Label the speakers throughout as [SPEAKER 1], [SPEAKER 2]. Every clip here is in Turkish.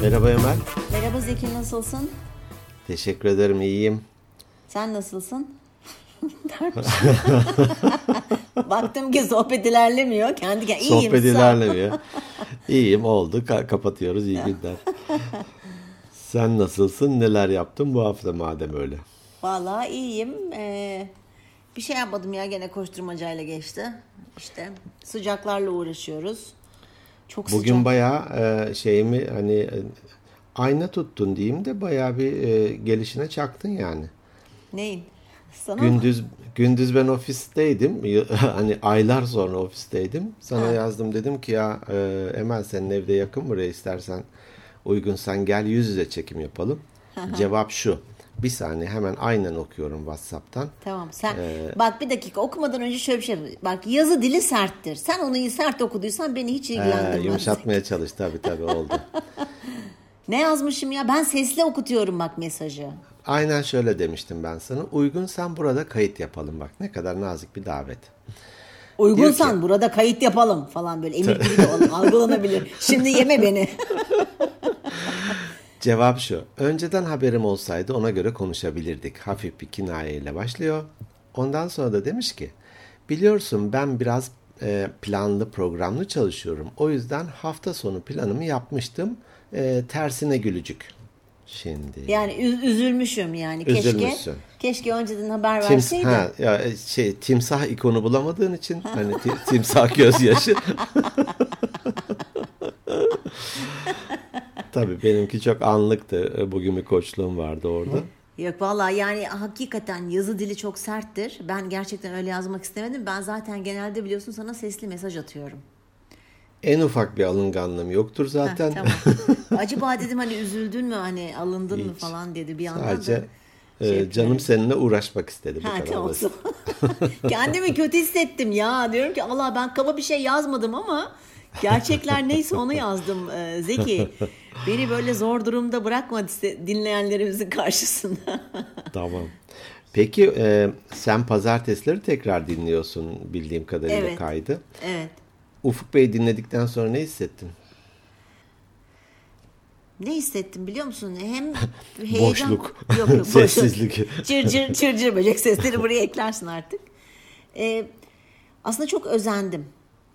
[SPEAKER 1] Merhaba Emel.
[SPEAKER 2] Merhaba Zeki, nasılsın?
[SPEAKER 1] Teşekkür ederim, iyiyim.
[SPEAKER 2] Sen nasılsın? Baktım ki sohbet ilerlemiyor. Kendi kendine iyiyim.
[SPEAKER 1] Sohbet ilerlemiyor. İyiyim, oldu. Kapatıyoruz, iyi günler. Sen nasılsın? Neler yaptın bu hafta madem öyle?
[SPEAKER 2] Vallahi iyiyim. Bir şey yapmadım ya, gene koşturmacayla geçti. İşte sıcaklarla uğraşıyoruz. Çok sıcak.
[SPEAKER 1] Bugün bayağı ayna tuttun diyeyim de bayağı bir gelişine çaktın yani.
[SPEAKER 2] Neyin? Sana mı?
[SPEAKER 1] Gündüz ben ofisteydim. Hani aylar sonra ofisteydim. Sana yazdım, dedim ki ya Emel, senin evde yakın buraya, istersen uygunsan gel yüz yüze çekim yapalım. Cevap şu. Bir saniye, hemen aynen okuyorum WhatsApp'tan.
[SPEAKER 2] Tamam, sen bak bir dakika, okumadan önce şöyle bir şey yap. Bak, yazı dili serttir. Sen onu sert okuduysan beni hiç ilgilendirmez.
[SPEAKER 1] Yumuşatmaya çalış, tabii oldu.
[SPEAKER 2] Ne yazmışım ya? Ben sesli okutuyorum bak mesajı.
[SPEAKER 1] Aynen şöyle demiştim ben sana. Uygunsan burada kayıt yapalım, bak ne kadar nazik bir davet.
[SPEAKER 2] Uygunsan burada kayıt yapalım falan, böyle emir gibi de algılanabilir. Şimdi yeme beni.
[SPEAKER 1] Cevap şu. Önceden haberim olsaydı ona göre konuşabilirdik. Hafif bir kinayeyle başlıyor. Ondan sonra da demiş ki, biliyorsun ben biraz planlı programlı çalışıyorum. O yüzden hafta sonu planımı yapmıştım. Tersine gülücük. Şimdi.
[SPEAKER 2] Yani üzülmüşüm yani.
[SPEAKER 1] Üzülmüşsün.
[SPEAKER 2] Keşke önceden haber verseydin.
[SPEAKER 1] Timsah ikonu bulamadığın için hani timsah gözyaşı. Tabii benimki çok anlıktı. Bugün bir koçluğum vardı orada.
[SPEAKER 2] Yok vallahi, yani hakikaten yazı dili çok serttir. Ben gerçekten öyle yazmak istemedim. Ben zaten genelde biliyorsun sana sesli mesaj atıyorum.
[SPEAKER 1] En ufak bir alınganlığım yoktur zaten.
[SPEAKER 2] Tamam. Acaba dedim hani üzüldün mü, hani alındın mı falan dedi bir yandan.
[SPEAKER 1] Sadece canım seninle uğraşmak istedi.
[SPEAKER 2] Tamam. Kendimi kötü hissettim ya. Diyorum ki Allah, ben kaba bir şey yazmadım ama gerçekler neyse onu yazdım Zeki. Beni böyle zor durumda bırakma dinleyenlerimizin karşısında.
[SPEAKER 1] Tamam. Peki sen pazartesileri tekrar dinliyorsun bildiğim kadarıyla kaydı.
[SPEAKER 2] Evet.
[SPEAKER 1] Ufuk Bey'i dinledikten sonra ne hissettin?
[SPEAKER 2] Ne hissettim biliyor musun? Hem heyecan...
[SPEAKER 1] Boşluk.
[SPEAKER 2] Yok,
[SPEAKER 1] sessizlik.
[SPEAKER 2] Çırcır böcek sesleri buraya eklersin artık. Aslında çok özendim.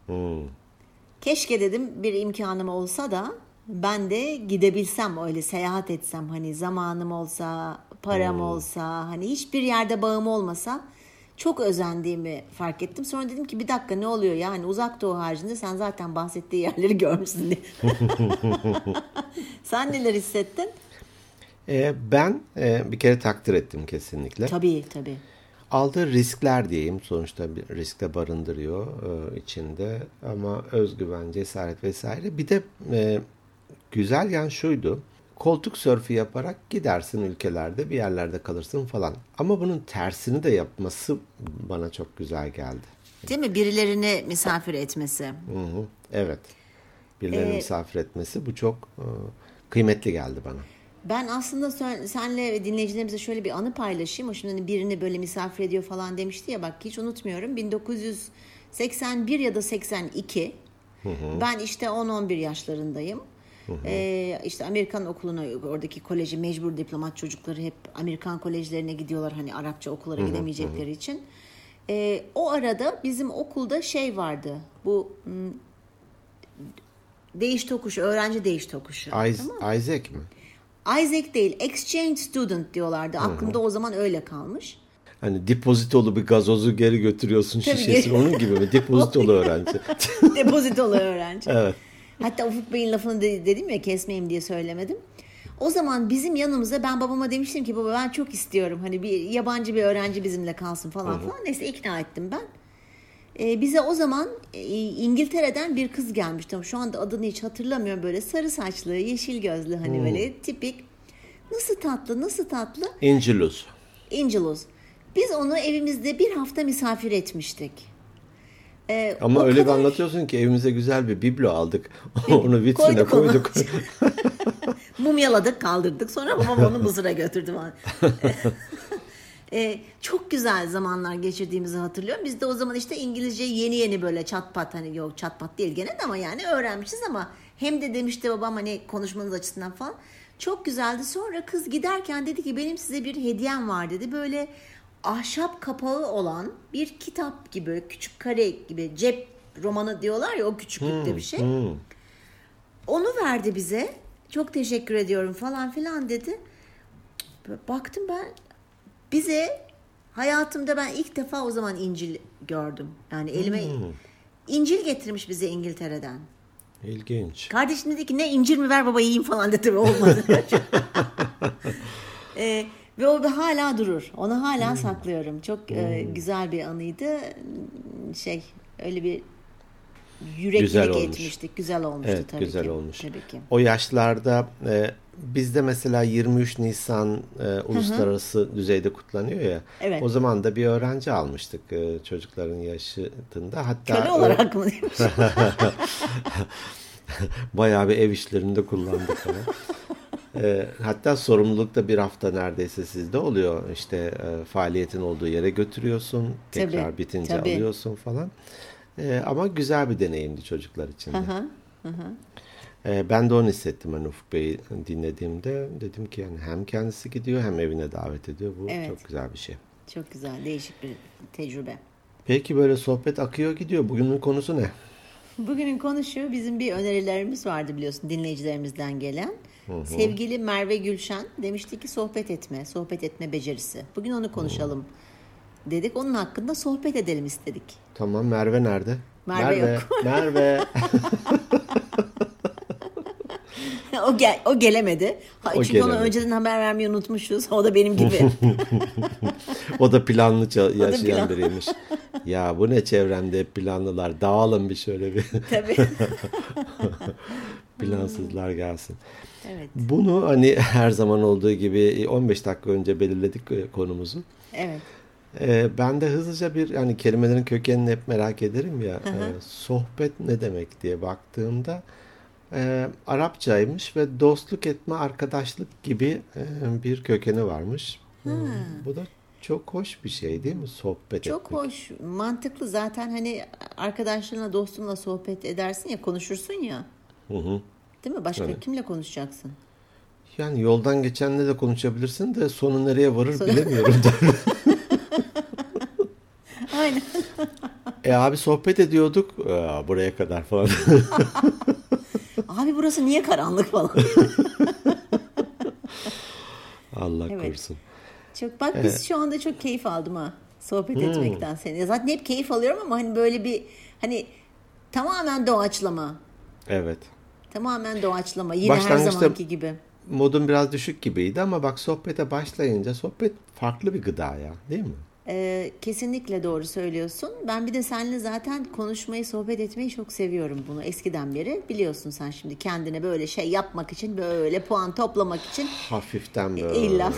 [SPEAKER 2] Keşke dedim bir imkanım olsa da ben de gidebilsem, öyle seyahat etsem, hani zamanım olsa, param olsa, hani hiçbir yerde bağım olmasa, çok özendiğimi fark ettim. Sonra dedim ki bir dakika, ne oluyor ya, hani Uzak Doğu haricinde sen zaten bahsettiği yerleri görmüşsün diye. Sen neler hissettin?
[SPEAKER 1] Ben bir kere takdir ettim kesinlikle.
[SPEAKER 2] Tabii.
[SPEAKER 1] Aldığı riskler diyeyim, sonuçta bir riskte barındırıyor içinde, ama özgüven, cesaret vesaire. Bir de güzel yan şuydu, koltuk sörfü yaparak gidersin ülkelerde, bir yerlerde kalırsın falan. Ama bunun tersini de yapması bana çok güzel geldi.
[SPEAKER 2] Değil mi? Birilerini misafir etmesi.
[SPEAKER 1] Hı, evet. Birilerini misafir etmesi, bu çok kıymetli geldi bana.
[SPEAKER 2] Ben aslında senle ve dinleyicilerimize şöyle bir anı paylaşayım. O şimdi hani birini böyle misafir ediyor falan demişti ya, bak hiç unutmuyorum. 1981 ya da 82. Ben işte 10-11 yaşlarındayım. İşte Amerikan okuluna, oradaki koleji, mecbur diplomat çocukları hep Amerikan kolejlerine gidiyorlar, hani Arapça okullara gidemeyecekleri için. O arada bizim okulda şey vardı, bu değiş tokuş, öğrenci değiş tokuşu.
[SPEAKER 1] Isaac mi?
[SPEAKER 2] Isaac değil, exchange student diyorlardı. Aklımda o zaman öyle kalmış.
[SPEAKER 1] Hani depozitolu bir gazozu geri götürüyorsun şişesi, onun gibi mi? Depozitolu öğrenci.
[SPEAKER 2] Depozitolu öğrenci.
[SPEAKER 1] Evet.
[SPEAKER 2] Hatta Ufuk Bey'in lafını dedim ya, kesmeyeyim diye söylemedim. O zaman bizim yanımıza, ben babama demiştim ki baba ben çok istiyorum, hani bir yabancı bir öğrenci bizimle kalsın falan. Neyse ikna ettim ben. Bize o zaman İngiltere'den bir kız gelmişti. Şu anda adını hiç hatırlamıyorum, böyle sarı saçlı, yeşil gözlü, hani böyle tipik. Nasıl tatlı. Angelus. Biz onu evimizde bir hafta misafir etmiştik.
[SPEAKER 1] Ama öyle bir anlatıyorsun ki evimize güzel bir biblo aldık. Onu vitrine koyduk.
[SPEAKER 2] Mumyaladık, kaldırdık. Sonra babam onu Mısır'a götürdü. Çok güzel zamanlar geçirdiğimizi hatırlıyorum. Biz de o zaman işte İngilizce yeni böyle çat pat, hani yok çat pat değil gene de, ama yani öğrenmişiz, ama Hem de demişti babam hani konuşmanız açısından falan. Çok güzeldi. Sonra kız giderken dedi ki benim size bir hediyem var dedi. Böyle ahşap kapağı olan bir kitap gibi, küçük kare gibi, cep romanı diyorlar ya, o küçüklükte bir şey. Onu verdi bize. Çok teşekkür ediyorum falan filan dedi. Baktım ben, bize hayatımda ben ilk defa o zaman İncil gördüm. Yani elime İncil getirmiş bize İngiltere'den.
[SPEAKER 1] İlginç.
[SPEAKER 2] Kardeşim dedi ki ne incir mi ver baba yiyeyim falan dedi. Olmadı. Ve o hala durur. Onu hala saklıyorum. Çok güzel bir anıydı. Öyle bir yüreklilik etmiştik. Güzel olmuştu
[SPEAKER 1] evet,
[SPEAKER 2] tabii
[SPEAKER 1] güzel
[SPEAKER 2] ki.
[SPEAKER 1] olmuş.
[SPEAKER 2] Tabii ki.
[SPEAKER 1] O yaşlarda bizde mesela 23 Nisan uluslararası düzeyde kutlanıyor ya.
[SPEAKER 2] Evet.
[SPEAKER 1] O zaman da bir öğrenci almıştık çocukların yaşıtında. Hatta
[SPEAKER 2] köle olarak mı demiş?
[SPEAKER 1] Bayağı bir ev işlerinde kullandık. Hatta sorumluluk da bir hafta neredeyse sizde oluyor. İşte faaliyetin olduğu yere götürüyorsun. Tekrar
[SPEAKER 2] tabii,
[SPEAKER 1] bitince
[SPEAKER 2] tabii.
[SPEAKER 1] alıyorsun falan. Ama güzel bir deneyimdi çocuklar için de. Ben de onu hissettim hani Ufuk Bey'i dinlediğimde. Dedim ki yani hem kendisi gidiyor hem evine davet ediyor. Bu
[SPEAKER 2] Evet.
[SPEAKER 1] çok güzel bir şey.
[SPEAKER 2] Çok güzel, değişik bir tecrübe.
[SPEAKER 1] Peki böyle sohbet akıyor gidiyor. Bugünün konusu ne?
[SPEAKER 2] Bugünün konusu, bizim bir önerilerimiz vardı biliyorsun, dinleyicilerimizden gelen. Sevgili Merve Gülşen demişti ki sohbet etme becerisi. Bugün onu konuşalım dedik. Onun hakkında sohbet edelim istedik.
[SPEAKER 1] Tamam, Merve nerede?
[SPEAKER 2] Merve yok.
[SPEAKER 1] Merve.
[SPEAKER 2] O gelemedi. Çünkü
[SPEAKER 1] gelemedi.
[SPEAKER 2] ona önceden haber vermeyi unutmuşuz. O da benim gibi.
[SPEAKER 1] O da planlı yaşayan biriymiş. Ya bu ne, çevremde hep planlılar. Dağılın bir şöyle bir.
[SPEAKER 2] Tabii.
[SPEAKER 1] Plansızlar gelsin.
[SPEAKER 2] Evet.
[SPEAKER 1] Bunu hani her zaman olduğu gibi 15 dakika önce belirledik konumuzu.
[SPEAKER 2] Evet.
[SPEAKER 1] Ben de hızlıca bir yani kelimelerin kökenini hep merak ederim ya. Sohbet ne demek diye baktığımda Arapçaymış ve dostluk etme, arkadaşlık gibi bir kökeni varmış. Bu da çok hoş bir şey değil mi? Sohbet
[SPEAKER 2] Çok
[SPEAKER 1] etmek.
[SPEAKER 2] hoş, mantıklı. Zaten hani arkadaşlarına, dostunla sohbet edersin ya, konuşursun ya. Değil mi? Başka kimle konuşacaksın?
[SPEAKER 1] Yani yoldan geçenle de konuşabilirsin de sonu nereye varır bilemiyorum.
[SPEAKER 2] Aynen.
[SPEAKER 1] Abi sohbet ediyorduk. Buraya kadar falan.
[SPEAKER 2] Abi burası niye karanlık falan.
[SPEAKER 1] Allah
[SPEAKER 2] Evet.
[SPEAKER 1] korusun.
[SPEAKER 2] Çok bak biz şu anda çok keyif aldım ha. Sohbet etmekten seni. Zaten hep keyif alıyorum ama hani böyle bir hani tamamen doğaçlama.
[SPEAKER 1] Evet.
[SPEAKER 2] Tamamen doğaçlama. Yine her zamanki gibi.
[SPEAKER 1] Modum biraz düşük gibiydi ama bak sohbete başlayınca sohbet farklı bir gıda ya, değil mi?
[SPEAKER 2] Kesinlikle doğru söylüyorsun. Ben bir de seninle zaten konuşmayı, sohbet etmeyi çok seviyorum bunu eskiden beri. Biliyorsun sen şimdi kendine böyle şey yapmak için, böyle puan toplamak için.
[SPEAKER 1] Hafiften böyle.
[SPEAKER 2] İlla.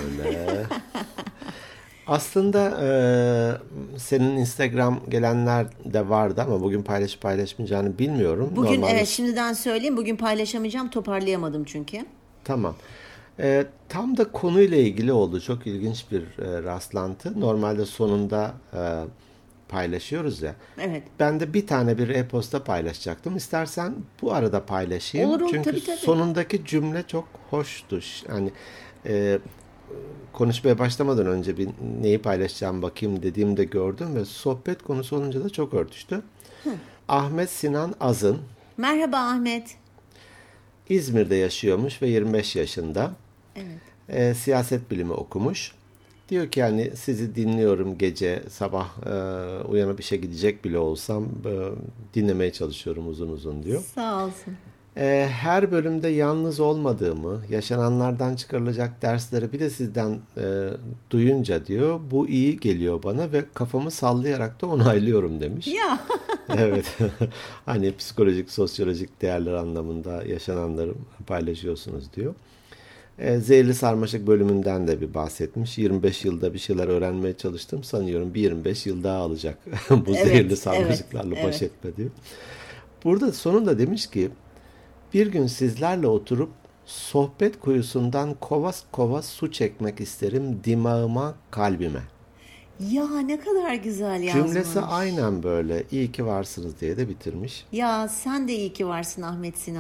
[SPEAKER 1] Aslında senin Instagram gelenler de vardı ama bugün paylaşmayacağını bilmiyorum.
[SPEAKER 2] Bugün
[SPEAKER 1] Normalde...
[SPEAKER 2] evet, şimdiden söyleyeyim. Bugün paylaşamayacağım. Toparlayamadım çünkü.
[SPEAKER 1] Tamam. Tam da konuyla ilgili oldu. Çok ilginç bir rastlantı. Normalde sonunda paylaşıyoruz ya.
[SPEAKER 2] Evet.
[SPEAKER 1] Ben de bir tane bir e-posta paylaşacaktım. İstersen bu arada paylaşayım.
[SPEAKER 2] Olur,
[SPEAKER 1] çünkü
[SPEAKER 2] tabii.
[SPEAKER 1] sonundaki cümle çok hoştu. Yani konuşmaya başlamadan önce bir neyi paylaşacağım bakayım dediğimde gördüm ve sohbet konusu olunca da çok örtüştü. Ahmet Sinan Azın.
[SPEAKER 2] Merhaba Ahmet.
[SPEAKER 1] İzmir'de yaşıyormuş ve 25 yaşında.
[SPEAKER 2] Evet.
[SPEAKER 1] Siyaset bilimi okumuş. Diyor ki yani sizi dinliyorum gece, sabah uyanıp işe gidecek bile olsam dinlemeye çalışıyorum uzun uzun diyor.
[SPEAKER 2] Sağ olsun.
[SPEAKER 1] Her bölümde yalnız olmadığımı, yaşananlardan çıkarılacak dersleri bir de sizden duyunca diyor, bu iyi geliyor bana ve kafamı sallayarak da onaylıyorum demiş.
[SPEAKER 2] Ya.
[SPEAKER 1] Evet. Hani psikolojik, sosyolojik değerler anlamında yaşananları paylaşıyorsunuz diyor. Zehirli Sarmaşık bölümünden de bir bahsetmiş. 25 yılda bir şeyler öğrenmeye çalıştım. Sanıyorum bir 25 yıl daha alacak bu zehirli sarmaşıklarla baş etme diyor. Burada sonunda demiş ki bir gün sizlerle oturup sohbet kuyusundan kova kova su çekmek isterim dimağıma, kalbime.
[SPEAKER 2] Ya ne kadar güzel yazmış.
[SPEAKER 1] Cümlesi aynen böyle. İyi ki varsınız diye de bitirmiş.
[SPEAKER 2] Ya sen de iyi ki varsın Ahmet Sinan.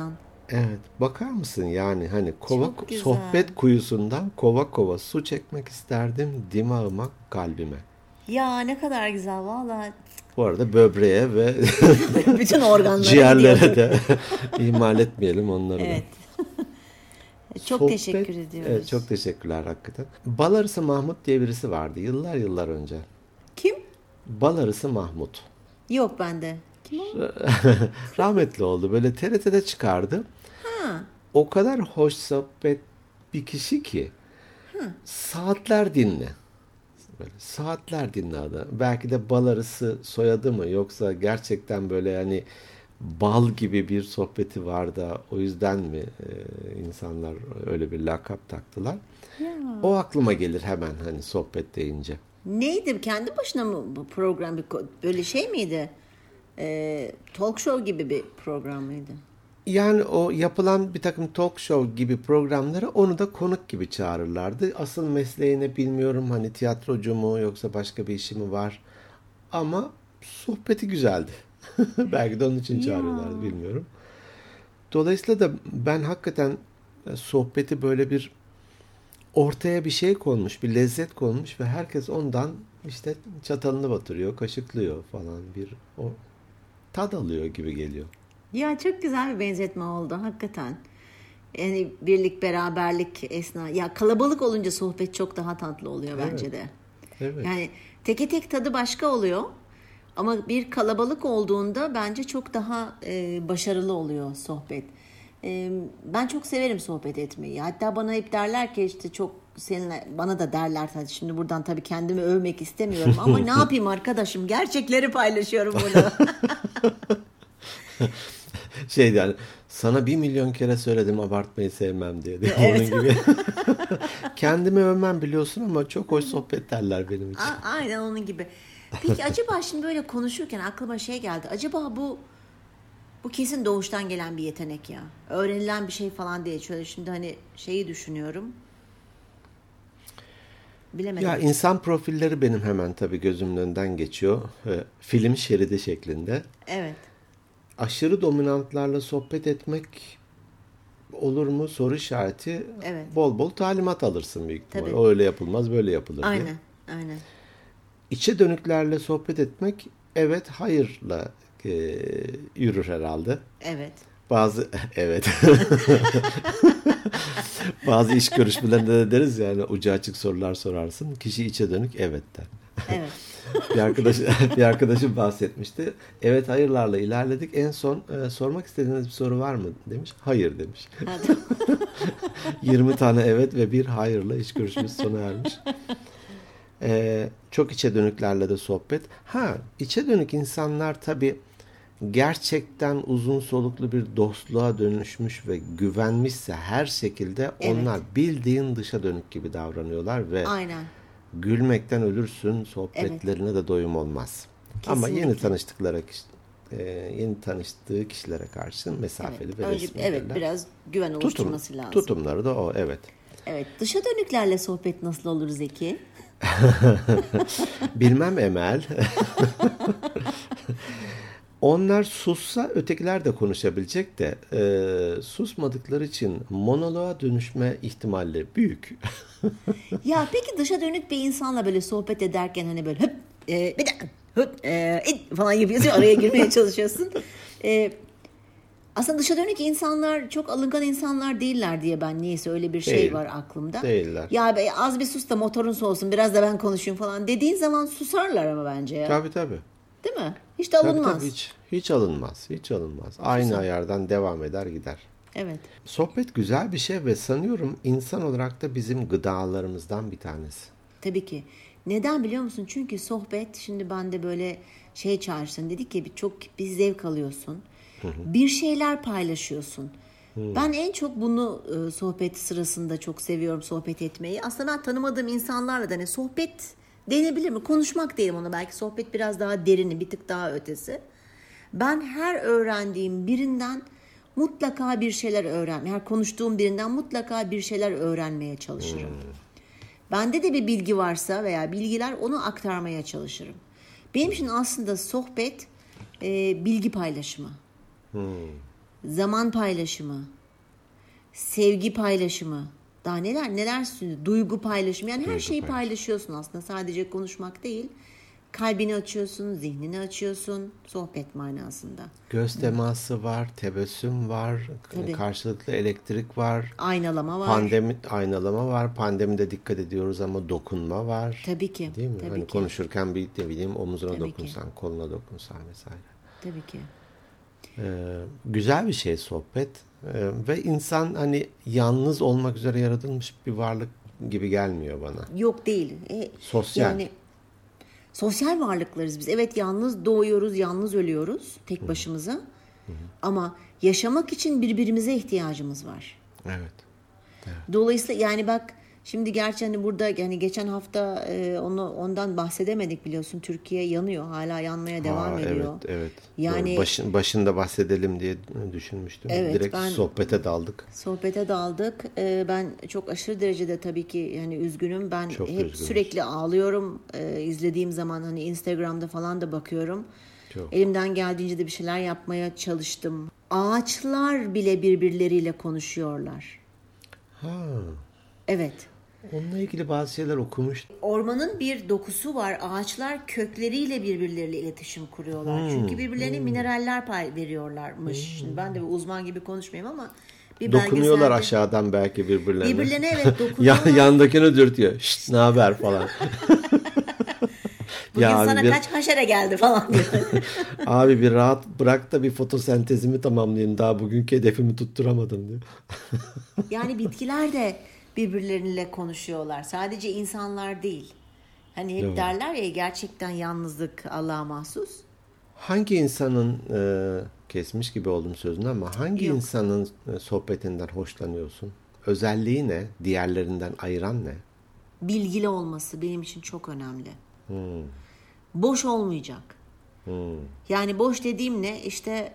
[SPEAKER 1] Evet, bakar mısın yani hani
[SPEAKER 2] Çok güzel.
[SPEAKER 1] sohbet kuyusundan kova kova su çekmek isterdim dimağıma, kalbime.
[SPEAKER 2] Ya ne kadar güzel valla.
[SPEAKER 1] Bu arada böbreğe ve
[SPEAKER 2] Bütün organlara
[SPEAKER 1] ciğerlere
[SPEAKER 2] gidiyordur.
[SPEAKER 1] de ihmal etmeyelim onları da.
[SPEAKER 2] Evet. Çok
[SPEAKER 1] Sohbet,
[SPEAKER 2] teşekkür
[SPEAKER 1] evet,
[SPEAKER 2] ediyoruz.
[SPEAKER 1] çok teşekkürler hakikaten. Bal Arısı Mahmut diye birisi vardı yıllar önce.
[SPEAKER 2] Kim?
[SPEAKER 1] Bal Arısı Mahmut.
[SPEAKER 2] Yok bende. Kim o?
[SPEAKER 1] Rahmetli oldu. Böyle TRT'de çıkardı.
[SPEAKER 2] Ha.
[SPEAKER 1] O kadar hoş sohbet bir kişi ki. Saatler dinle. Böyle saatler dinle adam. Belki de bal arısı soyadı mı yoksa gerçekten böyle yani bal gibi bir sohbeti var da o yüzden mi insanlar öyle bir lakap taktılar?
[SPEAKER 2] Ya.
[SPEAKER 1] O aklıma gelir hemen hani sohbet deyince.
[SPEAKER 2] Neydi? Kendi başına mı bu program? Böyle şey miydi? Talk show gibi bir program mıydı?
[SPEAKER 1] Yani o yapılan bir takım talk show gibi programlara onu da konuk gibi çağırırlardı. Asıl mesleğini bilmiyorum hani tiyatrocu mu yoksa başka bir işi mi var. Ama sohbeti güzeldi. Belki de onun için çağırıyorlardı bilmiyorum. Dolayısıyla da ben hakikaten sohbeti böyle bir ortaya bir şey konmuş, bir lezzet konmuş ve herkes ondan işte çatalını batırıyor, kaşıklıyor falan bir o tad alıyor gibi geliyor.
[SPEAKER 2] Ya çok güzel bir benzetme oldu hakikaten. Yani birlik, beraberlik ya kalabalık olunca sohbet çok daha tatlı oluyor bence de.
[SPEAKER 1] Evet.
[SPEAKER 2] Yani teke tek tadı başka oluyor. Ama bir kalabalık olduğunda bence çok daha başarılı oluyor sohbet. Ben çok severim sohbet etmeyi. Hatta bana hep derler ki işte çok seninle bana da derler hadi şimdi buradan tabii kendimi övmek istemiyorum ama ne yapayım arkadaşım gerçekleri paylaşıyorum burada.
[SPEAKER 1] Şey yani sana 1 milyon kere söyledim abartmayı sevmem diye.
[SPEAKER 2] Evet.
[SPEAKER 1] Onun gibi. Kendimi övmem biliyorsun ama çok hoş sohbet derler benim için.
[SPEAKER 2] Aynen onun gibi. Peki acaba şimdi böyle konuşurken aklıma şey geldi. Acaba bu kesin doğuştan gelen bir yetenek ya. Öğrenilen bir şey falan değil. Şöyle şimdi hani şeyi düşünüyorum. Bilemedim.
[SPEAKER 1] Ya insan profilleri benim hemen tabii gözümün önünden geçiyor. Film şeridi şeklinde.
[SPEAKER 2] Evet.
[SPEAKER 1] Aşırı dominantlarla sohbet etmek olur mu soru işareti.
[SPEAKER 2] Evet.
[SPEAKER 1] Bol bol talimat alırsın büyük ihtimal.
[SPEAKER 2] Tabii.
[SPEAKER 1] O öyle yapılmaz böyle yapılır diye.
[SPEAKER 2] Aynen.
[SPEAKER 1] İçe dönüklerle sohbet etmek evet hayırla yürür herhalde.
[SPEAKER 2] Evet.
[SPEAKER 1] Evet. Bazı iş görüşmelerinde de deriz yani ucu açık sorular sorarsın. Kişi içe dönük evet der.
[SPEAKER 2] Evet.
[SPEAKER 1] Bir arkadaşım bahsetmişti. Evet hayırlarla ilerledik. En son sormak istediğiniz bir soru var mı demiş. Hayır demiş. 20 tane evet ve bir hayırla iş görüşmesi sona ermiş. Çok içe dönüklerle de sohbet. İçe dönük insanlar tabii gerçekten uzun soluklu bir dostluğa dönüşmüş ve güvenmişse her şekilde onlar bildiğin dışa dönük gibi davranıyorlar ve
[SPEAKER 2] Aynen.
[SPEAKER 1] gülmekten ölürsün, sohbetlerine de doyum olmaz.
[SPEAKER 2] Kesinlikle.
[SPEAKER 1] Ama yeni tanıştığı kişilere karşı mesafeli ve resmi.
[SPEAKER 2] Evet, biraz güven oluşturması lazım.
[SPEAKER 1] Tutumları da o, evet.
[SPEAKER 2] Evet, dışa dönüklerle sohbet nasıl olur Zeki?
[SPEAKER 1] Bilmem Emel. Onlar sussa ötekiler de konuşabilecek de susmadıkları için monoloğa dönüşme ihtimalleri büyük.
[SPEAKER 2] Ya peki dışa dönük bir insanla böyle sohbet ederken hani böyle bir dakika falan yapıyorsun araya girmeye çalışıyorsun. Aslında dışa dönük insanlar çok alıngan insanlar değiller diye ben niyeyse öyle bir şey var aklımda.
[SPEAKER 1] Değiller.
[SPEAKER 2] Ya be, az bir sus da motorun soğusun biraz da ben konuşayım falan dediğin zaman susarlar ama bence ya.
[SPEAKER 1] Tabii.
[SPEAKER 2] Değil mi? Hiç de alınmaz.
[SPEAKER 1] Tabii, hiç alınmaz. Aynı ayardan devam eder gider.
[SPEAKER 2] Evet.
[SPEAKER 1] Sohbet güzel bir şey ve sanıyorum insan olarak da bizim gıdalarımızdan bir tanesi.
[SPEAKER 2] Tabii ki. Neden biliyor musun? Çünkü sohbet şimdi ben de böyle şey çağırsın dedik ya çok bir zevk alıyorsun. Bir şeyler paylaşıyorsun. Ben en çok bunu sohbet sırasında çok seviyorum sohbet etmeyi. Aslında ben tanımadığım insanlarla da hani sohbet denebilir mi? Konuşmak diyelim ona. Belki sohbet biraz daha derini, bir tık daha ötesi. Ben her öğrendiğim birinden mutlaka bir şeyler her konuştuğum birinden mutlaka bir şeyler öğrenmeye çalışırım. Bende de bir bilgi varsa veya bilgiler onu aktarmaya çalışırım. Benim için aslında sohbet bilgi paylaşımı, zaman paylaşımı, sevgi paylaşımı, daha neler duygu paylaşımı, yani her
[SPEAKER 1] Duygu
[SPEAKER 2] şeyi
[SPEAKER 1] paylaşımı.
[SPEAKER 2] paylaşıyorsun aslında, sadece konuşmak değil. Kalbini açıyorsun, zihnini açıyorsun, sohbet manasında.
[SPEAKER 1] Göz teması var, tebessüm var,
[SPEAKER 2] Tabii.
[SPEAKER 1] karşılıklı elektrik var,
[SPEAKER 2] Aynalama var.
[SPEAKER 1] aynalama var. Pandemide dikkat ediyoruz ama dokunma var.
[SPEAKER 2] Tabii ki.
[SPEAKER 1] Değil mi?
[SPEAKER 2] Tabii
[SPEAKER 1] Hani
[SPEAKER 2] ki.
[SPEAKER 1] konuşurken bir de bileyim omuzuna
[SPEAKER 2] Tabii ki.
[SPEAKER 1] dokunsan, koluna dokunsan vesaire.
[SPEAKER 2] Tabii ki.
[SPEAKER 1] Güzel bir şey sohbet. Ve insan hani yalnız olmak üzere yaratılmış bir varlık gibi gelmiyor bana.
[SPEAKER 2] Yok değil.
[SPEAKER 1] Sosyal.
[SPEAKER 2] Yani sosyal varlıklarız biz. Evet, yalnız doğuyoruz, yalnız ölüyoruz tek başımıza. Ama yaşamak için birbirimize ihtiyacımız var.
[SPEAKER 1] Evet.
[SPEAKER 2] Dolayısıyla yani bak, şimdi gerçi hani burada, yani geçen hafta ondan bahsedemedik, biliyorsun. Türkiye yanıyor. Hala yanmaya devam ediyor.
[SPEAKER 1] Evet.
[SPEAKER 2] Yani
[SPEAKER 1] başında bahsedelim diye düşünmüştüm.
[SPEAKER 2] Evet,
[SPEAKER 1] Direkt sohbete daldık.
[SPEAKER 2] sohbete daldık. Ben çok aşırı derecede tabii ki yani üzgünüm. Ben
[SPEAKER 1] Çok
[SPEAKER 2] hep
[SPEAKER 1] üzgünüz.
[SPEAKER 2] sürekli ağlıyorum. İzlediğim zaman hani Instagram'da falan da bakıyorum.
[SPEAKER 1] Çok.
[SPEAKER 2] Elimden geldiğince de bir şeyler yapmaya çalıştım. Ağaçlar bile birbirleriyle konuşuyorlar.
[SPEAKER 1] Ha.
[SPEAKER 2] Evet.
[SPEAKER 1] Onunla ilgili bazı şeyler okumuştum.
[SPEAKER 2] Ormanın bir dokusu var. Ağaçlar kökleriyle birbirleriyle iletişim kuruyorlar. Çünkü birbirlerine mineraller veriyorlarmış. Şimdi ben de bir uzman gibi konuşmayayım ama bir
[SPEAKER 1] Dokunuyorlar
[SPEAKER 2] belgeselde-
[SPEAKER 1] aşağıdan belki birbirlerine.
[SPEAKER 2] Birbirlerine evet dokunuyorlar.
[SPEAKER 1] Yandakini dürtüyor. Şşt, ne haber falan.
[SPEAKER 2] Bugün
[SPEAKER 1] Ya abi
[SPEAKER 2] sana kaç haşere geldi falan diyor.
[SPEAKER 1] Abi bir rahat bırak da bir fotosentezimi tamamlayayım. Daha bugünkü hedefimi tutturamadım diyor.
[SPEAKER 2] Yani bitkiler de birbirleriyle konuşuyorlar. Sadece insanlar değil. Hani hep
[SPEAKER 1] Evet.
[SPEAKER 2] derler ya, gerçekten yalnızlık Allah'a mahsus.
[SPEAKER 1] Hangi insanın kesmiş gibi oldum sözünü ama hangi
[SPEAKER 2] Yok.
[SPEAKER 1] insanın sohbetinden hoşlanıyorsun? Özelliği ne? Diğerlerinden ayıran ne?
[SPEAKER 2] Bilgili olması benim için çok önemli. Boş olmayacak. Yani boş dediğim ne? İşte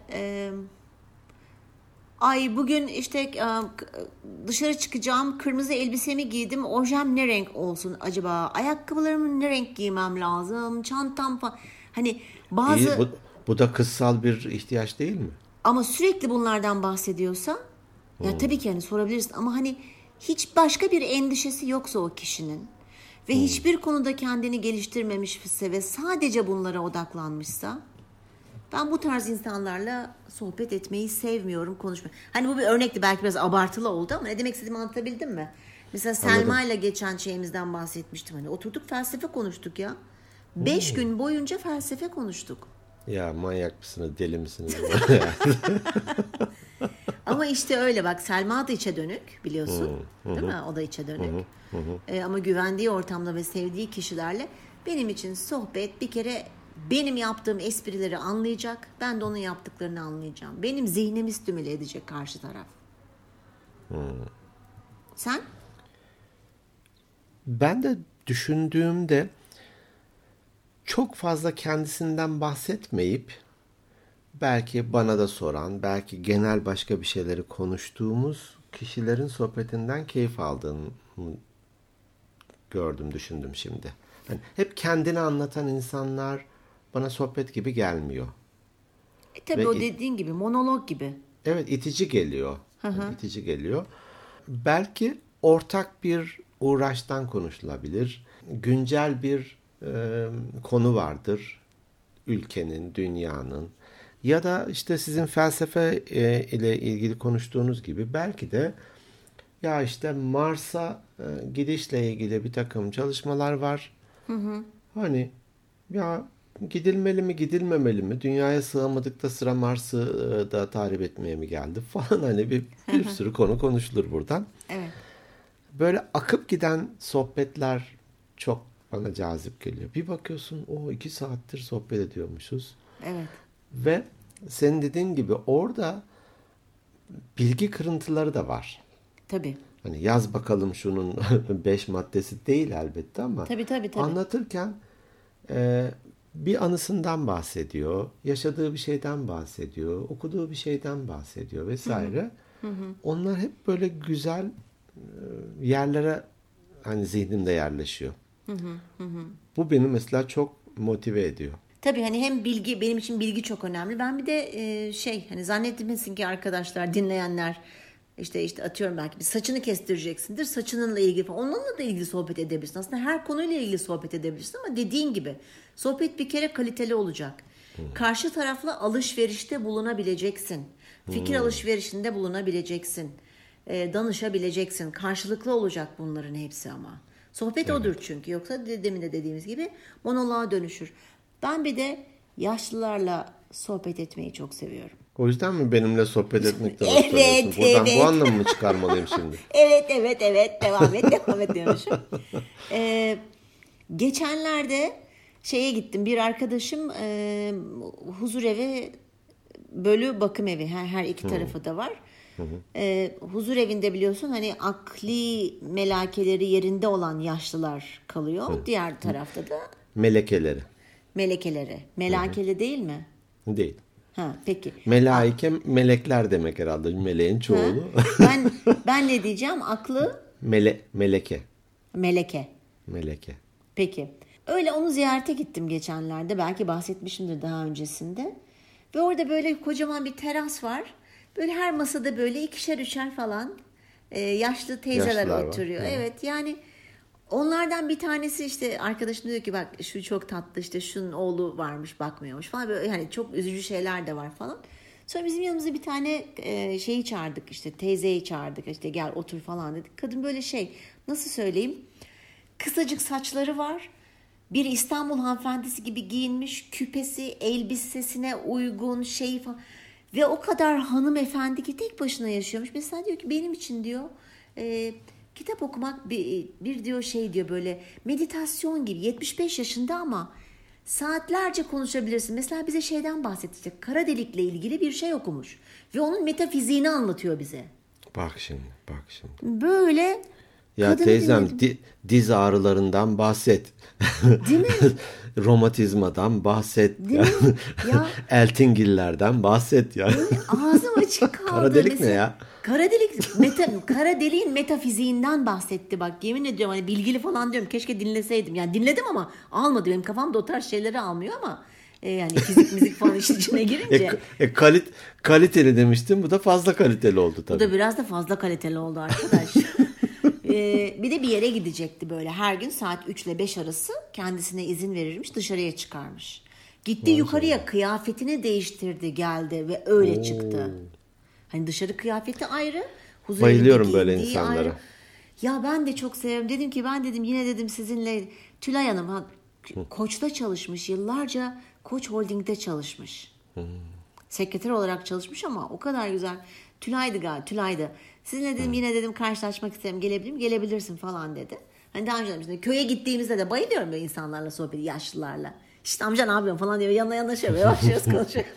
[SPEAKER 2] ay bugün işte dışarı çıkacağım, kırmızı elbisemi giydim, ojem ne renk olsun acaba, ayakkabılarımı ne renk giymem lazım, çantam falan. Hani bazı
[SPEAKER 1] İyi, bu da kızsal bir ihtiyaç değil mi?
[SPEAKER 2] ama sürekli bunlardan bahsediyorsa ya tabii ki hani sorabilirsin ama hani hiç başka bir endişesi yoksa o kişinin ve hiçbir konuda kendini geliştirmemişse ve sadece bunlara odaklanmışsa, ben bu tarz insanlarla sohbet etmeyi sevmiyorum, konuşmayı. Hani bu bir örnekti, belki biraz abartılı oldu ama ne demek istediğimi anlatabildim mi? Mesela Selma ile geçen şeyimizden bahsetmiştim. Hani oturduk felsefe konuştuk ya. 5 gün boyunca felsefe konuştuk.
[SPEAKER 1] Ya manyak mısınız, deli misiniz?
[SPEAKER 2] Ama işte öyle bak, Selma da içe dönük biliyorsun. Değil mi? O da içe dönük. Ama güvendiği ortamda ve sevdiği kişilerle benim için sohbet bir kere benim yaptığım esprileri anlayacak. Ben de onun yaptıklarını anlayacağım. Benim zihnimi stimüle edecek karşı taraf. Sen?
[SPEAKER 1] Ben de düşündüğümde çok fazla kendisinden bahsetmeyip belki bana da soran, belki genel başka bir şeyleri konuştuğumuz kişilerin sohbetinden keyif aldığını gördüm, düşündüm şimdi. Yani hep kendini anlatan insanlar bana sohbet gibi gelmiyor.
[SPEAKER 2] Tabii
[SPEAKER 1] Ve
[SPEAKER 2] o dediğin gibi monolog gibi.
[SPEAKER 1] Evet, itici geliyor. İtici geliyor. Belki ortak bir uğraştan konuşulabilir. Güncel bir konu vardır. Ülkenin, dünyanın. Ya da işte sizin felsefe ile ilgili konuştuğunuz gibi belki de ya işte Mars'a gidişle ilgili bir takım çalışmalar var. Hani ya gidilmeli mi gidilmemeli mi? Dünyaya sığamadık da sıra Mars'ı da tahrip etmeye mi geldi falan, hani bir sürü konu konuşulur buradan.
[SPEAKER 2] Evet.
[SPEAKER 1] Böyle akıp giden sohbetler çok bana cazip geliyor. Bir bakıyorsun o 2 saattir sohbet ediyormuşuz.
[SPEAKER 2] Evet.
[SPEAKER 1] Ve senin dediğin gibi orada bilgi kırıntıları da var.
[SPEAKER 2] Tabii.
[SPEAKER 1] Hani yaz bakalım şunun 5 maddesi değil elbette ama
[SPEAKER 2] Tabii.
[SPEAKER 1] anlatırken bir anısından bahsediyor, yaşadığı bir şeyden bahsediyor, okuduğu bir şeyden bahsediyor vesaire. Onlar hep böyle güzel yerlere hani zihnimde yerleşiyor. Bu beni mesela çok motive ediyor.
[SPEAKER 2] Tabii hani hem bilgi, benim için bilgi çok önemli. Ben bir de hani zannetmesin ki arkadaşlar, dinleyenler, İşte atıyorum belki bir saçını kestireceksindir. Saçınınla ilgili falan. Onunla da ilgili sohbet edebilirsin. Aslında her konuyla ilgili sohbet edebilirsin ama dediğin gibi sohbet bir kere kaliteli olacak. Karşı tarafla alışverişte bulunabileceksin. Fikir alışverişinde bulunabileceksin. Danışabileceksin. Karşılıklı olacak bunların hepsi ama. Sohbet odur çünkü. Yoksa demin de dediğimiz gibi monoloğa dönüşür. Ben bir de yaşlılarla sohbet etmeyi çok seviyorum.
[SPEAKER 1] O yüzden mi benimle sohbet etmekten
[SPEAKER 2] Evet,
[SPEAKER 1] hoşlanıyorsun? Buradan
[SPEAKER 2] evet.
[SPEAKER 1] bu anlamı mı çıkarmalıyım şimdi?
[SPEAKER 2] Evet. Devam et diyormuşum. Geçenlerde şeye gittim. Bir arkadaşım huzurevi bölü bakım evi. Her iki tarafı da var. Huzur evinde biliyorsun hani akli melakeleri yerinde olan yaşlılar kalıyor. Diğer tarafta da
[SPEAKER 1] Melekeleri.
[SPEAKER 2] melekeleri. Melakeli değil mi?
[SPEAKER 1] Değil.
[SPEAKER 2] Ha, peki.
[SPEAKER 1] Melaike melekler demek herhalde. Meleğin çoğulu.
[SPEAKER 2] Ben ne diyeceğim? Aklı
[SPEAKER 1] Meleke.
[SPEAKER 2] meleke. Peki. Öyle onu ziyarete gittim geçenlerde. Belki bahsetmişimdir daha öncesinde. Ve orada böyle kocaman bir teras var. Böyle her masada böyle ikişer üçer falan yaşlı teyzeler
[SPEAKER 1] Yaşlılar
[SPEAKER 2] oturuyor.
[SPEAKER 1] var.
[SPEAKER 2] Evet yani onlardan bir tanesi işte arkadaşım diyor ki bak şu çok tatlı işte şunun oğlu varmış bakmıyormuş falan. Böyle yani çok üzücü şeyler de var falan. Sonra bizim yanımıza bir tane şeyi çağırdık işte teyzeyi çağırdık işte gel otur falan dedik. Kadın böyle nasıl söyleyeyim kısacık saçları var. Bir İstanbul hanımefendisi gibi giyinmiş küpesi elbisesine uygun falan. Ve o kadar hanımefendi ki tek başına yaşıyormuş. Mesela diyor ki benim için diyor kitap okumak bir diyor diyor böyle meditasyon gibi 75 yaşında ama saatlerce konuşabilirsin. Mesela bize şeyden bahsedecek. Kara delikle ilgili bir şey okumuş. Ve onun metafiziğini anlatıyor bize.
[SPEAKER 1] Bak şimdi.
[SPEAKER 2] Böyle
[SPEAKER 1] Ya teyzem diz ağrılarından bahset.
[SPEAKER 2] Değil mi?
[SPEAKER 1] Romatizmadan bahset.
[SPEAKER 2] Değil mi? Ya.
[SPEAKER 1] Eltingillerden bahset ya.
[SPEAKER 2] Ağzım açık kaldı.
[SPEAKER 1] Kara delik
[SPEAKER 2] mesela,
[SPEAKER 1] ne ya?
[SPEAKER 2] Kara deliğin metafiziğinden bahsetti bak. Yemin ediyorum hani bilgili falan diyorum. Keşke dinleseydim. Yani dinledim ama almadı. Benim kafamda o tarz şeyleri almıyor ama yani fizik müzik falan işin içine girince.
[SPEAKER 1] Kaliteli demiştim. Bu da fazla kaliteli oldu tabii.
[SPEAKER 2] Bu da biraz da fazla kaliteli oldu arkadaş. Bir de bir yere gidecekti böyle. Her gün saat 3 ile 5 arası kendisine izin verirmiş. Dışarıya çıkarmış. Gitti yukarıya kıyafetini değiştirdi geldi ve öyle çıktı. Hani dışarı kıyafeti ayrı.
[SPEAKER 1] Bayılıyorum böyle insanlara. Ayrı.
[SPEAKER 2] Ya ben de çok seviyorum. Dedim ki yine dedim sizinle Tülay Hanım Koç'ta çalışmış. Yıllarca Koç Holding'de çalışmış. Sekreter olarak çalışmış ama o kadar güzel. Tülay'dı. Sizinle dedim yine dedim karşılaşmak isterim. Gelebilir miyim? Gelebilirsin falan dedi. Hani daha önce demiştim. Köye gittiğimizde de bayılıyorum böyle insanlarla sohbet, yaşlılarla. İşte amca ne yapıyorsun falan diyor. Yanına yanaşıyor ve başlıyoruz konuşuyor.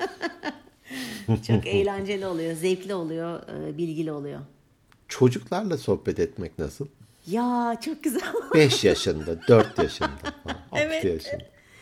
[SPEAKER 2] Çok eğlenceli oluyor, zevkli oluyor, bilgili oluyor.
[SPEAKER 1] Çocuklarla sohbet etmek nasıl?
[SPEAKER 2] Ya çok güzel.
[SPEAKER 1] 5 yaşında, 4 yaşında, 6 yaşında.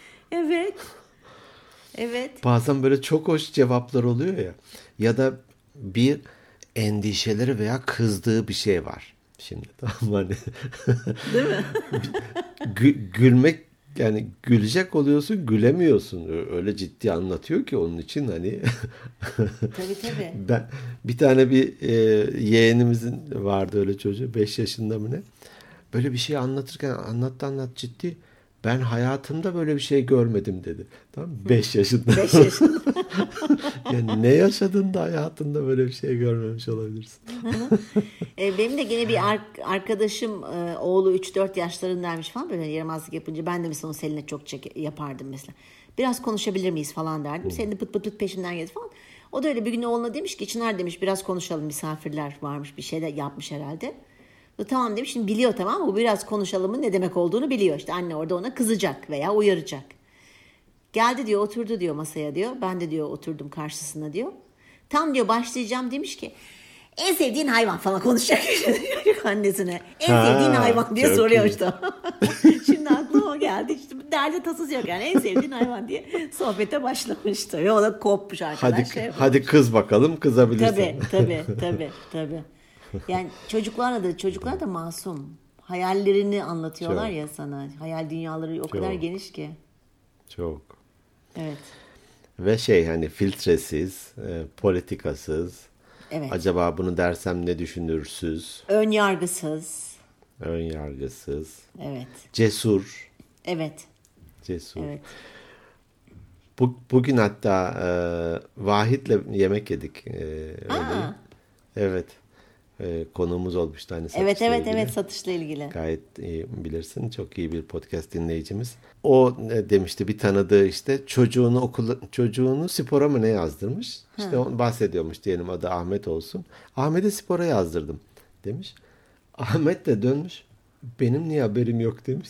[SPEAKER 2] Evet.
[SPEAKER 1] Bazen böyle çok hoş cevaplar oluyor ya. Ya da bir endişeleri veya kızdığı bir şey var. Şimdi tamam hani.
[SPEAKER 2] Değil mi?
[SPEAKER 1] Gülmek yani gülecek oluyorsun, gülemiyorsun. Öyle ciddi anlatıyor ki onun için hani.
[SPEAKER 2] Tabii.
[SPEAKER 1] Ben bir tane yeğenimizin vardı öyle çocuğu 5 yaşında mı ne? Böyle bir şey anlatırken anlat ciddi. Ben hayatımda böyle bir şey görmedim dedi. Tamam 5 yaşında.
[SPEAKER 2] 5 yaşında.
[SPEAKER 1] Yani ne yaşadın da hayatında böyle bir şey görmemiş olabilirsin.
[SPEAKER 2] Benim de gene bir arkadaşım oğlu 3-4 yaşlarındaymış falan böyle yaramazlık yapınca ben de mesela onu Selin'e çok yapardım mesela. Biraz konuşabilir miyiz falan derdim. Selin de pıt pıt peşinden geldi falan. O da öyle bir gün oğluna demiş ki Çınar demiş biraz konuşalım misafirler varmış bir şey de yapmış herhalde. Tamam demiş şimdi biliyor tamam mı? Bu biraz konuşalımın ne demek olduğunu biliyor. İşte anne orada ona kızacak veya uyaracak. Geldi diyor oturdu diyor masaya diyor. Ben de diyor oturdum karşısına diyor. Tam diyor başlayacağım demiş ki en sevdiğin hayvan falan konuşacak annesine. En sevdiğin hayvan diye soruyormuş da. Şimdi aklıma o geldi. İşte derdi tasası yok yani en sevdiğin hayvan diye sohbete başlamıştı. Ve o da kopmuş arkadaş.
[SPEAKER 1] Hadi kız bakalım kızabilirsin.
[SPEAKER 2] Tabii. Yani çocuklar da masum. Hayallerini anlatıyorlar ya sana. Hayal dünyaları o kadar geniş ki.
[SPEAKER 1] Çok.
[SPEAKER 2] Evet.
[SPEAKER 1] Ve hani filtresiz, politikasız.
[SPEAKER 2] Evet.
[SPEAKER 1] Acaba bunu dersem ne düşünürsüz?
[SPEAKER 2] Ön yargısız.
[SPEAKER 1] Ön yargısız.
[SPEAKER 2] Evet.
[SPEAKER 1] Cesur.
[SPEAKER 2] Evet.
[SPEAKER 1] Cesur.
[SPEAKER 2] Evet.
[SPEAKER 1] Bugün hatta Vahit'le yemek yedik. Öyle. Evet. Konuğumuz olmuştu hani satışla ilgili.
[SPEAKER 2] Evet, satışla ilgili.
[SPEAKER 1] Gayet iyi bilirsin. Çok iyi bir podcast dinleyicimiz. O demişti, bir tanıdığı işte çocuğunu spora mı ne yazdırmış. İşte onu bahsediyormuş, diyelim adı Ahmet olsun. Ahmet'i spora yazdırdım demiş. Ahmet de dönmüş. Benim niye haberim yok demiş.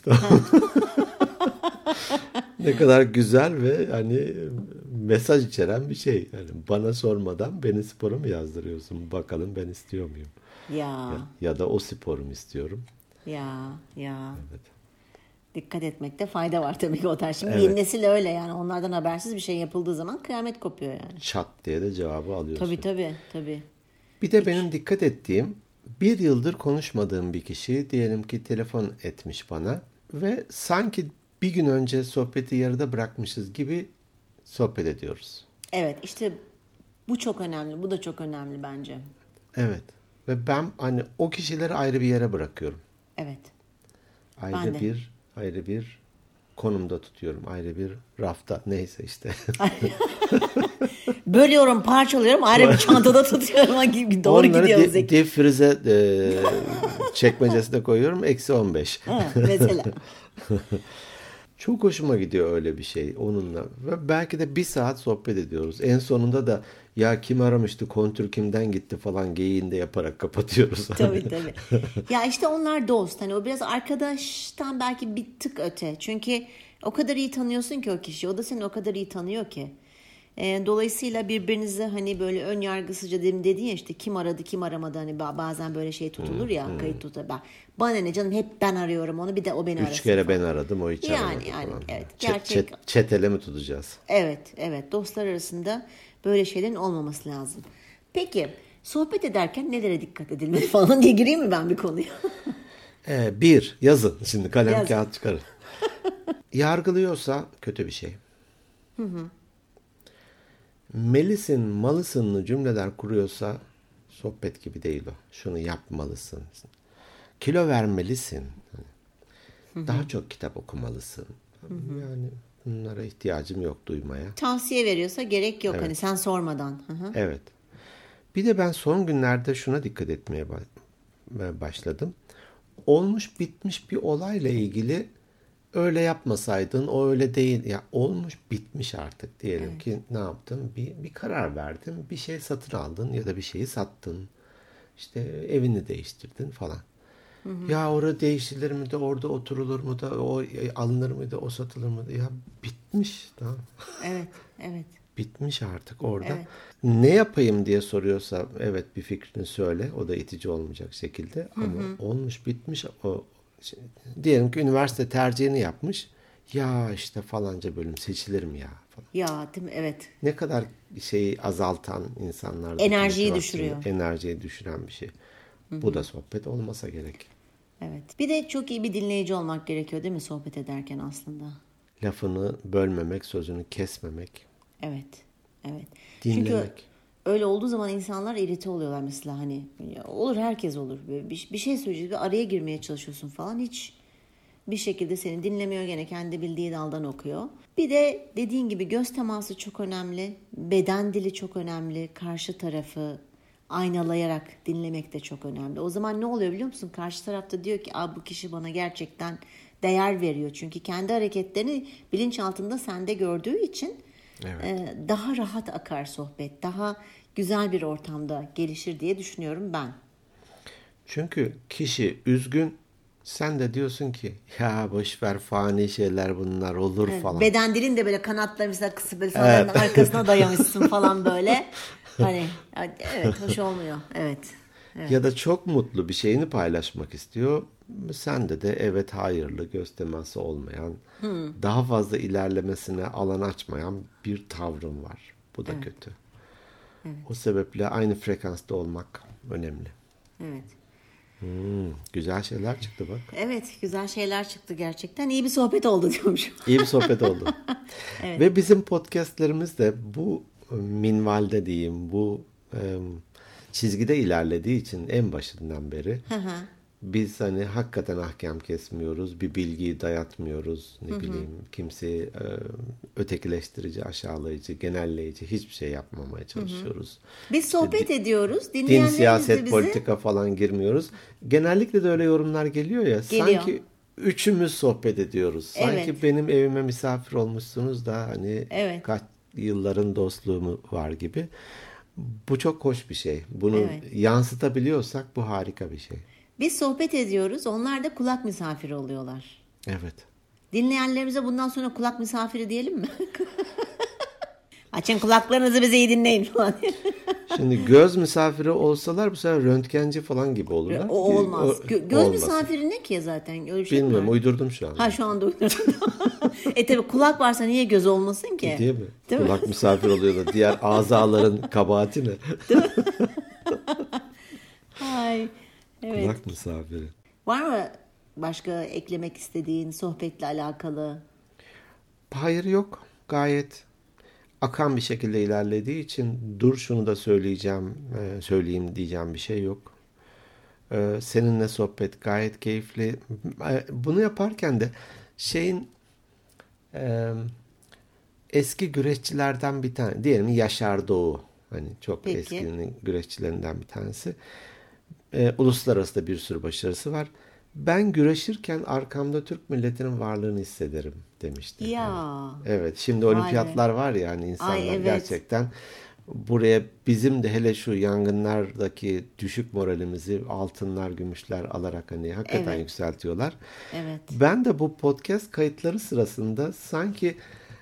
[SPEAKER 1] Ne kadar güzel ve hani mesaj içeren bir şey. Yani bana sormadan beni spora mı yazdırıyorsun? Bakalım ben istiyor muyum? Ya da o sporu mu istiyorum?
[SPEAKER 2] Ya.
[SPEAKER 1] Evet.
[SPEAKER 2] Dikkat etmekte fayda var tabii ki o tarz. Şimdi yeni nesil öyle yani. Onlardan habersiz bir şey yapıldığı zaman kıyamet kopuyor yani.
[SPEAKER 1] Çat diye de cevabı alıyorsun.
[SPEAKER 2] Tabii.
[SPEAKER 1] Bir de benim dikkat ettiğim, bir yıldır konuşmadığım bir kişi diyelim ki telefon etmiş bana ve sanki bir gün önce sohbeti yarıda bırakmışız gibi sohbet ediyoruz.
[SPEAKER 2] Evet, işte bu çok önemli. Bu da çok önemli bence.
[SPEAKER 1] Evet. Ve ben hani o kişileri ayrı bir yere bırakıyorum.
[SPEAKER 2] Evet.
[SPEAKER 1] Ayrı bir konumda tutuyorum. Ayrı bir rafta. Neyse işte.
[SPEAKER 2] Bölüyorum, parçalıyorum. Ayrı bir çantada tutuyorum. Doğru gidiyoruz.
[SPEAKER 1] Onları defrize çekmecesine koyuyorum. -15.
[SPEAKER 2] Mesela.
[SPEAKER 1] Çok hoşuma gidiyor öyle bir şey onunla. Ve belki de bir saat sohbet ediyoruz. En sonunda da ya kim aramıştı, kontür kimden gitti falan geyiğinde yaparak kapatıyoruz.
[SPEAKER 2] Tabii. Ya işte onlar dost. Hani o biraz arkadaştan belki bir tık öte. Çünkü o kadar iyi tanıyorsun ki o kişiyi. O da seni o kadar iyi tanıyor ki. Dolayısıyla birbirinize hani böyle ön yargısızca dedin ya işte kim aradı kim aramadı hani bazen böyle şey tutulur ya kayıt tutulur. Bana ne canım hep ben arıyorum onu bir de o beni arasın.
[SPEAKER 1] 3 kere
[SPEAKER 2] falan.
[SPEAKER 1] ben aradım o hiç aramadı falan.
[SPEAKER 2] Evet, gerçek.
[SPEAKER 1] Çetele mi tutacağız?
[SPEAKER 2] Evet dostlar arasında böyle şeylerin olmaması lazım. Peki sohbet ederken nelere dikkat edilmeli falan diye gireyim mi ben bir konuya?
[SPEAKER 1] Bir, yazın. Şimdi kalem kağıt çıkarın. Yargılıyorsa kötü bir şey. Melisin, malısınlı cümleler kuruyorsa sohbet gibi değil o. Şunu yapmalısın. Kilo vermelisin. Daha çok kitap okumalısın. Yani bunlara ihtiyacım yok duymaya.
[SPEAKER 2] Tavsiye veriyorsa gerek yok hani sen sormadan.
[SPEAKER 1] Evet. Bir de ben son günlerde şuna dikkat etmeye başladım. Olmuş bitmiş bir olayla ilgili öyle yapmasaydın o öyle değil. Ya olmuş bitmiş artık diyelim ki ne yaptın? Bir karar verdin. Bir şey satın aldın ya da bir şeyi sattın. İşte evini değiştirdin falan. Ya orada değiştirilir mi de orada oturulur mu da o alınır mı da o satılır mı da ya bitmiş. Tamam.
[SPEAKER 2] Evet.
[SPEAKER 1] Bitmiş artık orada.
[SPEAKER 2] Evet.
[SPEAKER 1] Ne yapayım diye soruyorsa bir fikrini söyle. O da itici olmayacak şekilde. Ama olmuş bitmiş o. Diyelim ki üniversite tercihini yapmış. Ya işte falanca bölüm seçilir mi ya falan.
[SPEAKER 2] Ya değil mi? Evet.
[SPEAKER 1] Ne kadar şeyi azaltan insanlar.
[SPEAKER 2] Enerjiyi düşürüyor.
[SPEAKER 1] Enerjiyi düşüren bir şey. Bu da sohbet olmasa gerek.
[SPEAKER 2] Evet. Bir de çok iyi bir dinleyici olmak gerekiyor değil mi sohbet ederken aslında?
[SPEAKER 1] Lafını bölmemek, sözünü kesmemek.
[SPEAKER 2] Evet.
[SPEAKER 1] Dinlemek.
[SPEAKER 2] Çünkü öyle olduğu zaman insanlar irite oluyorlar mesela hani. Olur herkes olur. Bir şey söyleyecek ve araya girmeye çalışıyorsun falan. Hiç bir şekilde seni dinlemiyor gene kendi bildiği daldan okuyor. Bir de dediğin gibi göz teması çok önemli. Beden dili çok önemli. Karşı tarafı aynalayarak dinlemek de çok önemli. O zaman ne oluyor biliyor musun? Karşı tarafta diyor ki bu kişi bana gerçekten değer veriyor. Çünkü kendi hareketlerini bilinçaltında sende gördüğü için daha rahat akar sohbet. Daha güzel bir ortamda gelişir diye düşünüyorum ben.
[SPEAKER 1] Çünkü kişi üzgün. Sen de diyorsun ki ya boşver fani şeyler bunlar olur falan.
[SPEAKER 2] Beden dilin de böyle kanatları mesela kısıp böyle falan arkasına dayamışsın falan böyle. Hani hoş olmuyor. Evet.
[SPEAKER 1] Ya da çok mutlu bir şeyini paylaşmak istiyor. Sende de evet hayırlı göz teması olmayan, daha fazla ilerlemesine alan açmayan bir tavrın var. Bu da kötü.
[SPEAKER 2] Evet.
[SPEAKER 1] O sebeple aynı frekansta olmak önemli.
[SPEAKER 2] Evet.
[SPEAKER 1] Güzel şeyler çıktı bak.
[SPEAKER 2] Evet, güzel şeyler çıktı gerçekten. İyi bir sohbet oldu diyormuşum.
[SPEAKER 1] İyi bir sohbet oldu. Ve bizim podcastlerimiz de bu minvalde diyeyim, bu çizgide ilerlediği için en başından beri
[SPEAKER 2] Hı hı.
[SPEAKER 1] biz hani hakikaten ahkam kesmiyoruz. Bir bilgiyi dayatmıyoruz. Ne bileyim kimseyi ötekileştirici, aşağılayıcı, genelleyici hiçbir şey yapmamaya çalışıyoruz.
[SPEAKER 2] Biz sohbet ediyoruz.
[SPEAKER 1] Din,
[SPEAKER 2] Dinleyenlerimiz de
[SPEAKER 1] siyaset,
[SPEAKER 2] bizi...
[SPEAKER 1] politika falan girmiyoruz. Genellikle de öyle yorumlar geliyor ya.
[SPEAKER 2] Geliyor.
[SPEAKER 1] Sanki üçümüz sohbet ediyoruz. Sanki
[SPEAKER 2] Evet.
[SPEAKER 1] benim evime misafir olmuşsunuz da hani
[SPEAKER 2] Evet.
[SPEAKER 1] kaç yılların dostluğu var gibi. Bu çok hoş bir şey. Bunu
[SPEAKER 2] Evet.
[SPEAKER 1] yansıtabiliyorsak bu harika bir şey.
[SPEAKER 2] Biz sohbet ediyoruz. Onlar da kulak misafiri oluyorlar.
[SPEAKER 1] Evet.
[SPEAKER 2] Dinleyenlerimize bundan sonra kulak misafiri diyelim mi? Açın kulaklarınızı, bizi iyi dinleyin falan.
[SPEAKER 1] Şimdi göz misafiri olsalar bu sefer röntgenci falan gibi olurlar.
[SPEAKER 2] O olmaz. Göz
[SPEAKER 1] olmaz.
[SPEAKER 2] misafiri ne ki zaten? Öyle şey
[SPEAKER 1] Bilmiyorum,
[SPEAKER 2] var.
[SPEAKER 1] uydurdum şu an.
[SPEAKER 2] Ha, şu anda uydurdum. Tabi kulak varsa niye göz olmasın ki?
[SPEAKER 1] Değil mi?
[SPEAKER 2] Değil mi?
[SPEAKER 1] Kulak misafir oluyor da diğer azaların kabahati ne?
[SPEAKER 2] Ay, evet.
[SPEAKER 1] Kulak misafiri.
[SPEAKER 2] Var mı başka eklemek istediğin sohbetle alakalı?
[SPEAKER 1] Hayır, yok. Gayet akan bir şekilde ilerlediği için dur şunu da söyleyeyim diyeceğim bir şey yok. Seninle sohbet gayet keyifli. Bunu yaparken de eski güreşçilerden bir tane, diyelim Yaşar Doğu, hani çok
[SPEAKER 2] Peki.
[SPEAKER 1] eskinin güreşçilerinden bir tanesi. Uluslararası da bir sürü başarısı var. Ben güreşirken arkamda Türk milletinin varlığını hissederim demişti.
[SPEAKER 2] Ya.
[SPEAKER 1] Evet, şimdi
[SPEAKER 2] Vay
[SPEAKER 1] olimpiyatlar var ya, hani insanlar
[SPEAKER 2] Ay, evet.
[SPEAKER 1] gerçekten buraya bizim de hele şu yangınlardaki düşük moralimizi altınlar, gümüşler alarak hani hakikaten
[SPEAKER 2] Evet.
[SPEAKER 1] yükseltiyorlar.
[SPEAKER 2] Evet.
[SPEAKER 1] Ben de bu podcast kayıtları sırasında sanki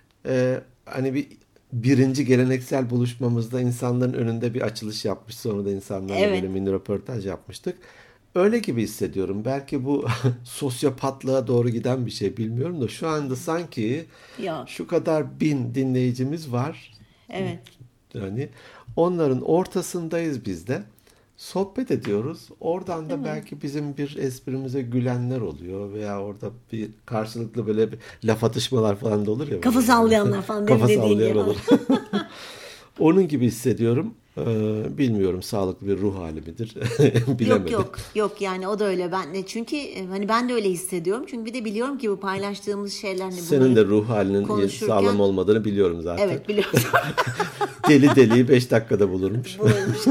[SPEAKER 1] hani birinci geleneksel buluşmamızda insanların önünde bir açılış yapmış, sonra da insanlarla
[SPEAKER 2] Evet.
[SPEAKER 1] böyle mini röportaj yapmıştık. Öyle gibi hissediyorum. Belki bu sosyopatlığa doğru giden bir şey, bilmiyorum da şu anda sanki
[SPEAKER 2] Yok.
[SPEAKER 1] şu kadar bin dinleyicimiz var.
[SPEAKER 2] Evet.
[SPEAKER 1] Yani onların ortasındayız biz de. Sohbet ediyoruz. Oradan da belki bizim bir esprimize gülenler oluyor veya orada bir karşılıklı böyle bir laf atışmalar falan da olur ya.
[SPEAKER 2] Kafa sallayanlar falan.
[SPEAKER 1] Kafa
[SPEAKER 2] dediğin
[SPEAKER 1] sallayan
[SPEAKER 2] gibi.
[SPEAKER 1] olur. Onun gibi hissediyorum. Bilmiyorum, sağlıklı bir ruh hali midir? Bilemedim.
[SPEAKER 2] Yok yani o da öyle. Ben de çünkü hani ben de öyle hissediyorum. Çünkü bir de biliyorum ki bu paylaştığımız şeyler, hani
[SPEAKER 1] Senin de ruh halinin
[SPEAKER 2] konuşurken-
[SPEAKER 1] sağlam olmadığını biliyorum zaten.
[SPEAKER 2] Evet, biliyorum.
[SPEAKER 1] Deliği 5 dakikada bulurmuş.
[SPEAKER 2] Bulunmuş.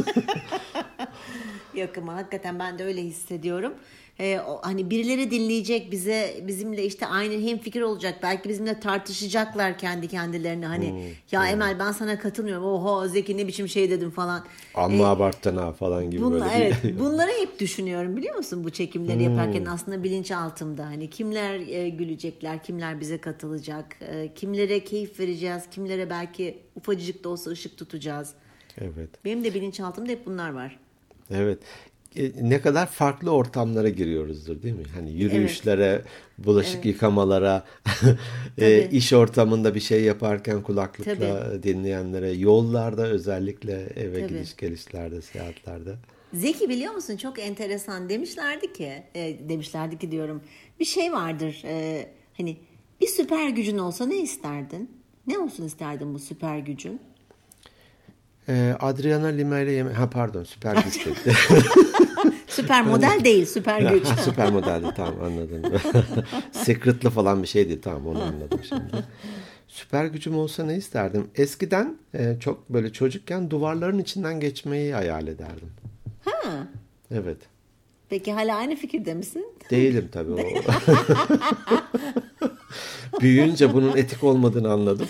[SPEAKER 2] Yok ama hakikaten ben de öyle hissediyorum. Hani birileri dinleyecek, bizimle işte aynı hemfikir olacak. Belki bizimle tartışacaklar kendi kendilerine. Hani ya Emel, ben sana katılmıyorum. Oho Zeki, ne biçim şey dedim falan.
[SPEAKER 1] Amma abarttın ha falan gibi böyle.
[SPEAKER 2] Evet, bunları hep düşünüyorum, biliyor musun, bu çekimleri yaparken aslında bilinçaltımda. Hani kimler gülecekler, kimler bize katılacak, kimlere keyif vereceğiz, kimlere belki ufacık da olsa ışık tutacağız.
[SPEAKER 1] Evet.
[SPEAKER 2] Benim de bilinçaltımda hep bunlar var.
[SPEAKER 1] Evet. Ne kadar farklı ortamlara giriyoruzdur değil mi? Hani yürüyüşlere, bulaşık yıkamalara, iş ortamında bir şey yaparken kulaklıkla dinleyenlere, yollarda özellikle eve gidiş gelişlerde, seyahatlerde.
[SPEAKER 2] Zeki, biliyor musun, çok enteresan, demişlerdi ki diyorum, bir şey vardır, hani bir süper gücün olsa ne isterdin? Ne olsun isterdin bu süper gücün?
[SPEAKER 1] Adriana Lima ile süper güç dedi.
[SPEAKER 2] Süper model değil, süper güç.
[SPEAKER 1] Süper modeldi, tamam, anladım. Secret'lı falan bir şeydi, tamam, onu anladım şimdi. Süper gücüm olsa ne isterdim? Eskiden çok böyle çocukken duvarların içinden geçmeyi hayal ederdim.
[SPEAKER 2] Ha.
[SPEAKER 1] Evet.
[SPEAKER 2] Peki hala aynı fikirde misin?
[SPEAKER 1] Değilim tabii. Büyüyünce bunun etik olmadığını anladım.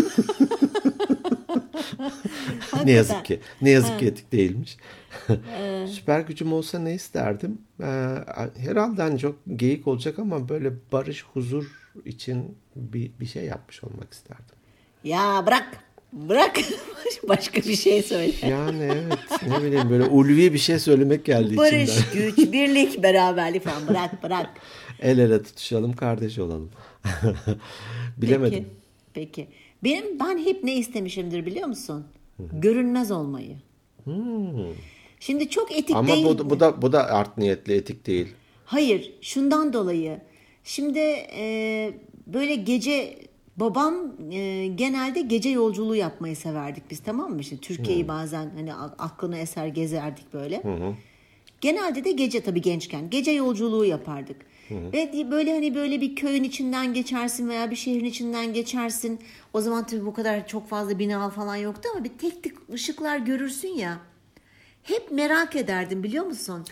[SPEAKER 1] Ne yazık ki etik değilmiş. Süper gücüm olsa ne isterdim? Herhalde hani çok geyik olacak ama böyle barış, huzur için bir şey yapmış olmak isterdim.
[SPEAKER 2] Ya bırak. Başka bir şey söyle.
[SPEAKER 1] Yani evet, ne bileyim, böyle ulvi bir şey söylemek geldi
[SPEAKER 2] Barış,
[SPEAKER 1] içimden.
[SPEAKER 2] güç, birlik, beraberlik falan, bırak.
[SPEAKER 1] El ele tutuşalım, kardeş olalım. Bilemedim.
[SPEAKER 2] Peki. Ben hep ne istemişimdir, biliyor musun? Görünmez olmayı. Şimdi çok etik
[SPEAKER 1] Ama
[SPEAKER 2] değil.
[SPEAKER 1] bu da art niyetli, etik değil.
[SPEAKER 2] Hayır, şundan dolayı. Şimdi böyle gece Babam genelde gece yolculuğu yapmayı severdik biz, tamam mı? İşte Türkiye'yi bazen hani aklına eser gezerdik böyle. Genelde de gece, tabii gençken gece yolculuğu yapardık. Ve böyle hani böyle bir köyün içinden geçersin veya bir şehrin içinden geçersin. O zaman tabii bu kadar çok fazla bina falan yoktu ama bir tek tek ışıklar görürsün ya. Hep merak ederdim, biliyor musun?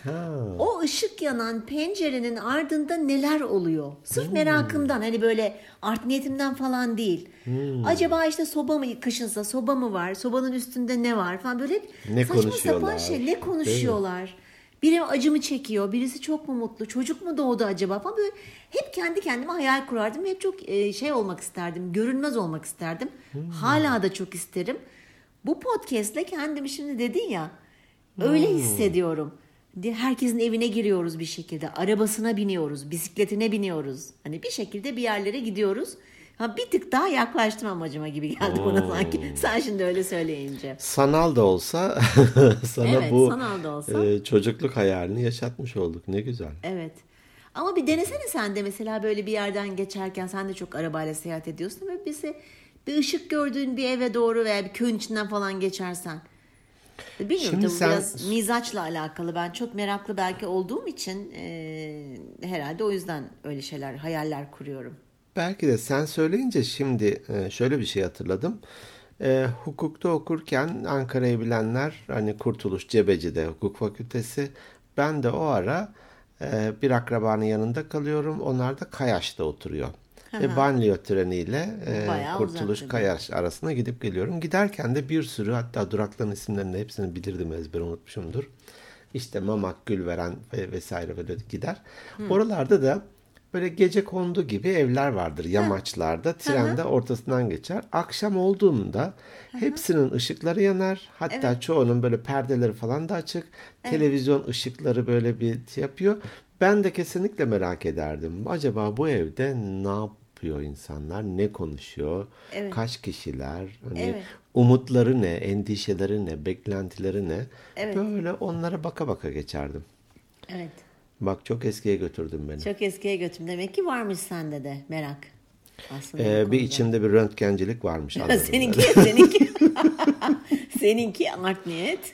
[SPEAKER 2] O ışık yanan pencerenin ardında neler oluyor? Sırf merakımdan, hani böyle art niyetimden falan değil. Acaba işte soba mı, kışınsa soba mı var? Sobanın üstünde ne var falan, böyle
[SPEAKER 1] Ne
[SPEAKER 2] saçma sapan şey. Ne konuşuyorlar? Biri acı mı çekiyor? Birisi çok mu mutlu? Çocuk mu doğdu acaba falan, böyle hep kendi kendime hayal kurardım. Hep çok şey olmak isterdim. Görünmez olmak isterdim. Hala da çok isterim. Bu podcast'le kendimi, şimdi dedin ya, öyle hissediyorum. Herkesin evine giriyoruz bir şekilde. Arabasına biniyoruz, bisikletine biniyoruz. Hani bir şekilde bir yerlere gidiyoruz. Bir tık daha yaklaştım amacıma gibi geldi bana sanki. Sen şimdi öyle söyleyince.
[SPEAKER 1] Sanal da olsa sana
[SPEAKER 2] evet,
[SPEAKER 1] bu
[SPEAKER 2] sanal da olsa.
[SPEAKER 1] Çocukluk hayalini yaşatmış olduk. Ne güzel.
[SPEAKER 2] Evet. Ama bir denesene sen de, mesela böyle bir yerden geçerken, sen de çok arabayla seyahat ediyorsun ve bir ışık gördüğün bir eve doğru veya bir köyün içinden falan geçersen. Bilmiyorum, tabii biraz mizaçla alakalı. Ben çok meraklı belki olduğum için herhalde o yüzden öyle şeyler, hayaller kuruyorum.
[SPEAKER 1] Belki de sen söyleyince şimdi şöyle bir şey hatırladım. Hukukta okurken Ankara'yı bilenler, hani Kurtuluş Cebeci'de hukuk fakültesi. Ben de o ara bir akrabanın yanında kalıyorum. Onlar da Kayaş'ta oturuyor. Ve banliyö treniyle Kurtuluş Kayaş arasında gidip geliyorum. Giderken de bir sürü, hatta durakların isimlerini hepsini bilirdim, ezber unutmuşumdur. İşte Mamak, Gülveren vesaire böyle gider. Oralarda da böyle gecekondu gibi evler vardır yamaçlarda. Tren de ortasından geçer. Akşam olduğunda hepsinin ışıkları yanar. Hatta çoğunun böyle perdeleri falan da açık. Televizyon ışıkları böyle bir yapıyor. Ben de kesinlikle merak ederdim. Acaba bu evde ne yapıyor insanlar? Ne konuşuyor? Kaç kişiler? Hani umutları ne? Endişeleri ne? Beklentileri ne? Böyle onlara baka baka geçerdim.
[SPEAKER 2] Evet.
[SPEAKER 1] Bak, çok eskiye götürdün beni.
[SPEAKER 2] Çok eskiye götürdüm. Demek ki varmış sende de merak. Aslında
[SPEAKER 1] bir içimde bir röntgencilik varmış.
[SPEAKER 2] Seninki art niyet.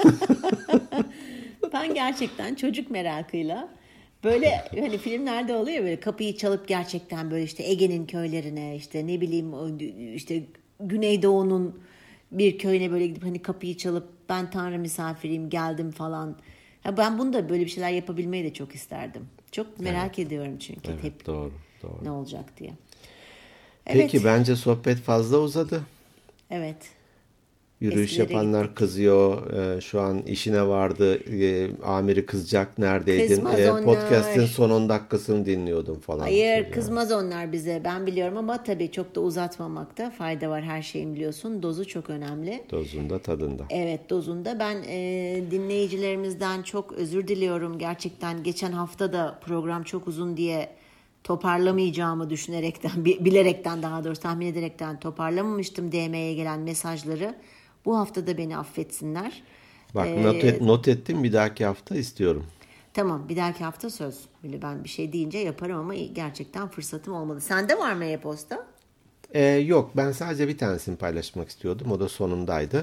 [SPEAKER 2] Ben gerçekten çocuk merakıyla böyle, hani filmlerde oluyor, böyle kapıyı çalıp gerçekten böyle işte Ege'nin köylerine, işte ne bileyim işte Güneydoğu'nun bir köyüne böyle gidip hani kapıyı çalıp ben Tanrı misafiriyim geldim falan. Ben bunu da, böyle bir şeyler yapabilmeyi de çok isterdim. Çok merak ediyorum çünkü.
[SPEAKER 1] Evet,
[SPEAKER 2] hep
[SPEAKER 1] doğru.
[SPEAKER 2] ne olacak diye.
[SPEAKER 1] Peki bence sohbet fazla uzadı.
[SPEAKER 2] Evet.
[SPEAKER 1] Yürüyüş
[SPEAKER 2] Eskilere
[SPEAKER 1] yapanlar
[SPEAKER 2] gittik.
[SPEAKER 1] Kızıyor. Şu an işine vardı. Amiri kızacak. Neredeydin?
[SPEAKER 2] Kızmaz onlar.
[SPEAKER 1] Podcast'in son 10 dakikasını dinliyordum falan.
[SPEAKER 2] Hayır, kızmaz onlar bize. Ben biliyorum ama tabii çok da uzatmamakta fayda var. Her şeyin biliyorsun dozu çok önemli.
[SPEAKER 1] Dozunda, tadında.
[SPEAKER 2] Evet, dozunda. Ben dinleyicilerimizden çok özür diliyorum. Gerçekten geçen hafta da program çok uzun diye toparlamayacağımı düşünerekten, bilerekten, daha doğrusu tahmin ederekten toparlamamıştım DM'ye gelen mesajları. Bu hafta da beni affetsinler.
[SPEAKER 1] Bak, not ettim, bir dahaki hafta istiyorum.
[SPEAKER 2] Tamam, bir dahaki hafta söz. Böyle ben bir şey deyince yaparım ama gerçekten fırsatım olmadı. Sende var mı e-posta?
[SPEAKER 1] Yok, ben sadece bir tanesini paylaşmak istiyordum. O da sonundaydı.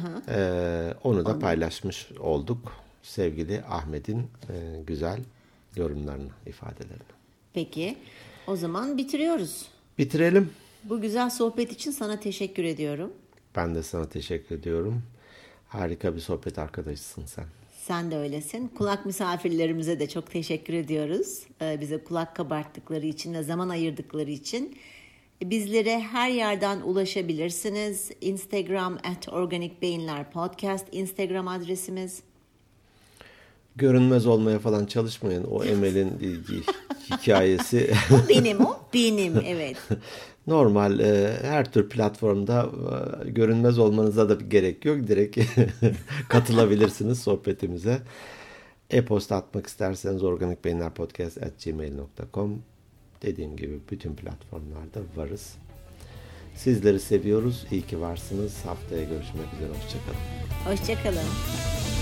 [SPEAKER 1] Onu da paylaşmış olduk. Sevgili Ahmet'in güzel yorumlarını, ifadelerini.
[SPEAKER 2] Peki, o zaman bitiriyoruz.
[SPEAKER 1] Bitirelim.
[SPEAKER 2] Bu güzel sohbet için sana teşekkür ediyorum.
[SPEAKER 1] Ben de sana teşekkür ediyorum. Harika bir sohbet arkadaşısın sen.
[SPEAKER 2] Sen de öylesin. Kulak misafirlerimize de çok teşekkür ediyoruz. Bize kulak kabarttıkları için ve zaman ayırdıkları için. Bizlere her yerden ulaşabilirsiniz. Instagram @organikbeyinlerpodcast Instagram adresimiz.
[SPEAKER 1] Görünmez olmaya falan çalışmayın. O Emel'in hikayesi.
[SPEAKER 2] O benim, evet.
[SPEAKER 1] Normal her tür platformda görünmez olmanıza da gerek yok. Direkt katılabilirsiniz sohbetimize. E-posta atmak isterseniz organikbeyinlerpodcast@gmail.com. Dediğim gibi bütün platformlarda varız. Sizleri seviyoruz. İyi ki varsınız. Haftaya görüşmek üzere. Hoşçakalın.
[SPEAKER 2] Hoşçakalın.